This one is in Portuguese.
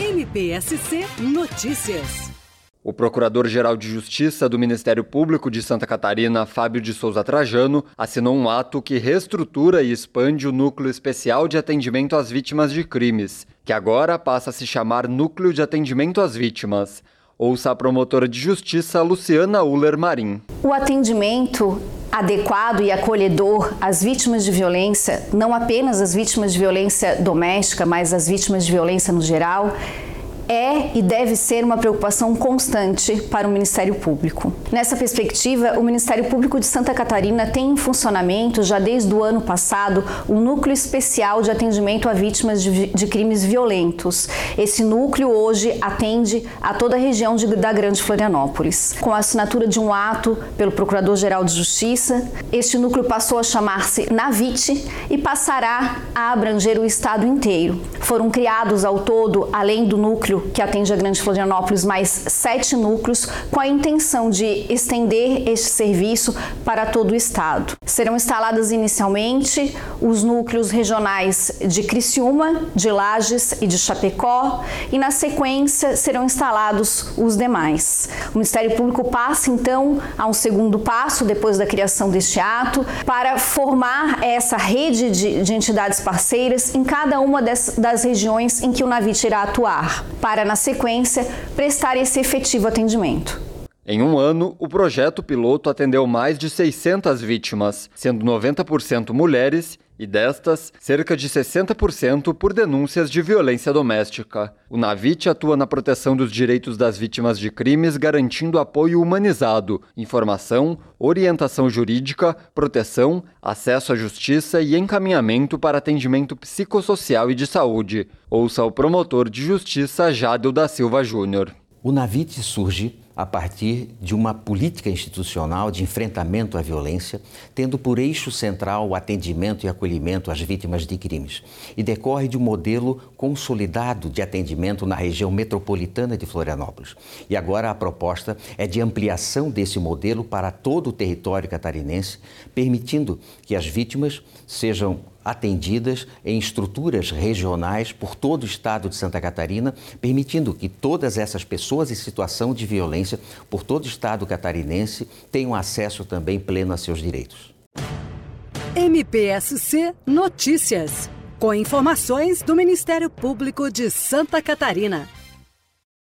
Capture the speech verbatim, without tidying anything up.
M P S C Notícias. O Procurador-Geral de Justiça do Ministério Público de Santa Catarina, Fábio de Souza Trajano, assinou um ato que reestrutura e expande o Núcleo Especial de Atendimento às Vítimas de Crimes, que agora passa a se chamar Núcleo de Atendimento às Vítimas. Ouça a promotora de Justiça, Luciana Uller Marim. O atendimento adequado e acolhedor às vítimas de violência, não apenas as vítimas de violência doméstica, mas as vítimas de violência no geral, é e deve ser uma preocupação constante para o Ministério Público. Nessa perspectiva, o Ministério Público de Santa Catarina tem em funcionamento, já desde o ano passado, o Núcleo Especial de Atendimento a Vítimas de, de Crimes Violentos. Esse núcleo hoje atende a toda a região de, da Grande Florianópolis. Com a assinatura de um ato pelo Procurador-Geral de Justiça, este núcleo passou a chamar-se NAVIT e passará a abranger o estado inteiro. Foram criados ao todo, além do núcleo que atende a Grande Florianópolis, mais sete núcleos, com a intenção de estender este serviço para todo o estado. Serão instalados inicialmente os núcleos regionais de Criciúma, de Lages e de Chapecó, e na sequência serão instalados os demais. O Ministério Público passa então a um segundo passo, depois da criação deste ato, para formar essa rede de, de entidades parceiras em cada uma das, das regiões em que o NAVIT irá atuar, para, na sequência, prestar esse efetivo atendimento. Em um ano, o projeto piloto atendeu mais de seiscentas vítimas, sendo noventa por cento mulheres e, destas, cerca de sessenta por cento por denúncias de violência doméstica. O NAVIT atua na proteção dos direitos das vítimas de crimes, garantindo apoio humanizado, informação, orientação jurídica, proteção, acesso à justiça e encaminhamento para atendimento psicossocial e de saúde. Ouça o promotor de justiça Jádel da Silva Júnior. O NAVIT surge a partir de uma política institucional de enfrentamento à violência, tendo por eixo central o atendimento e acolhimento às vítimas de crimes, e decorre de um modelo consolidado de atendimento na região metropolitana de Florianópolis. E agora a proposta é de ampliação desse modelo para todo o território catarinense, permitindo que as vítimas sejam atendidas em estruturas regionais por todo o estado de Santa Catarina, permitindo que todas essas pessoas em situação de violência por todo o estado catarinense tenham acesso também pleno a seus direitos. M P S C Notícias, com informações do Ministério Público de Santa Catarina.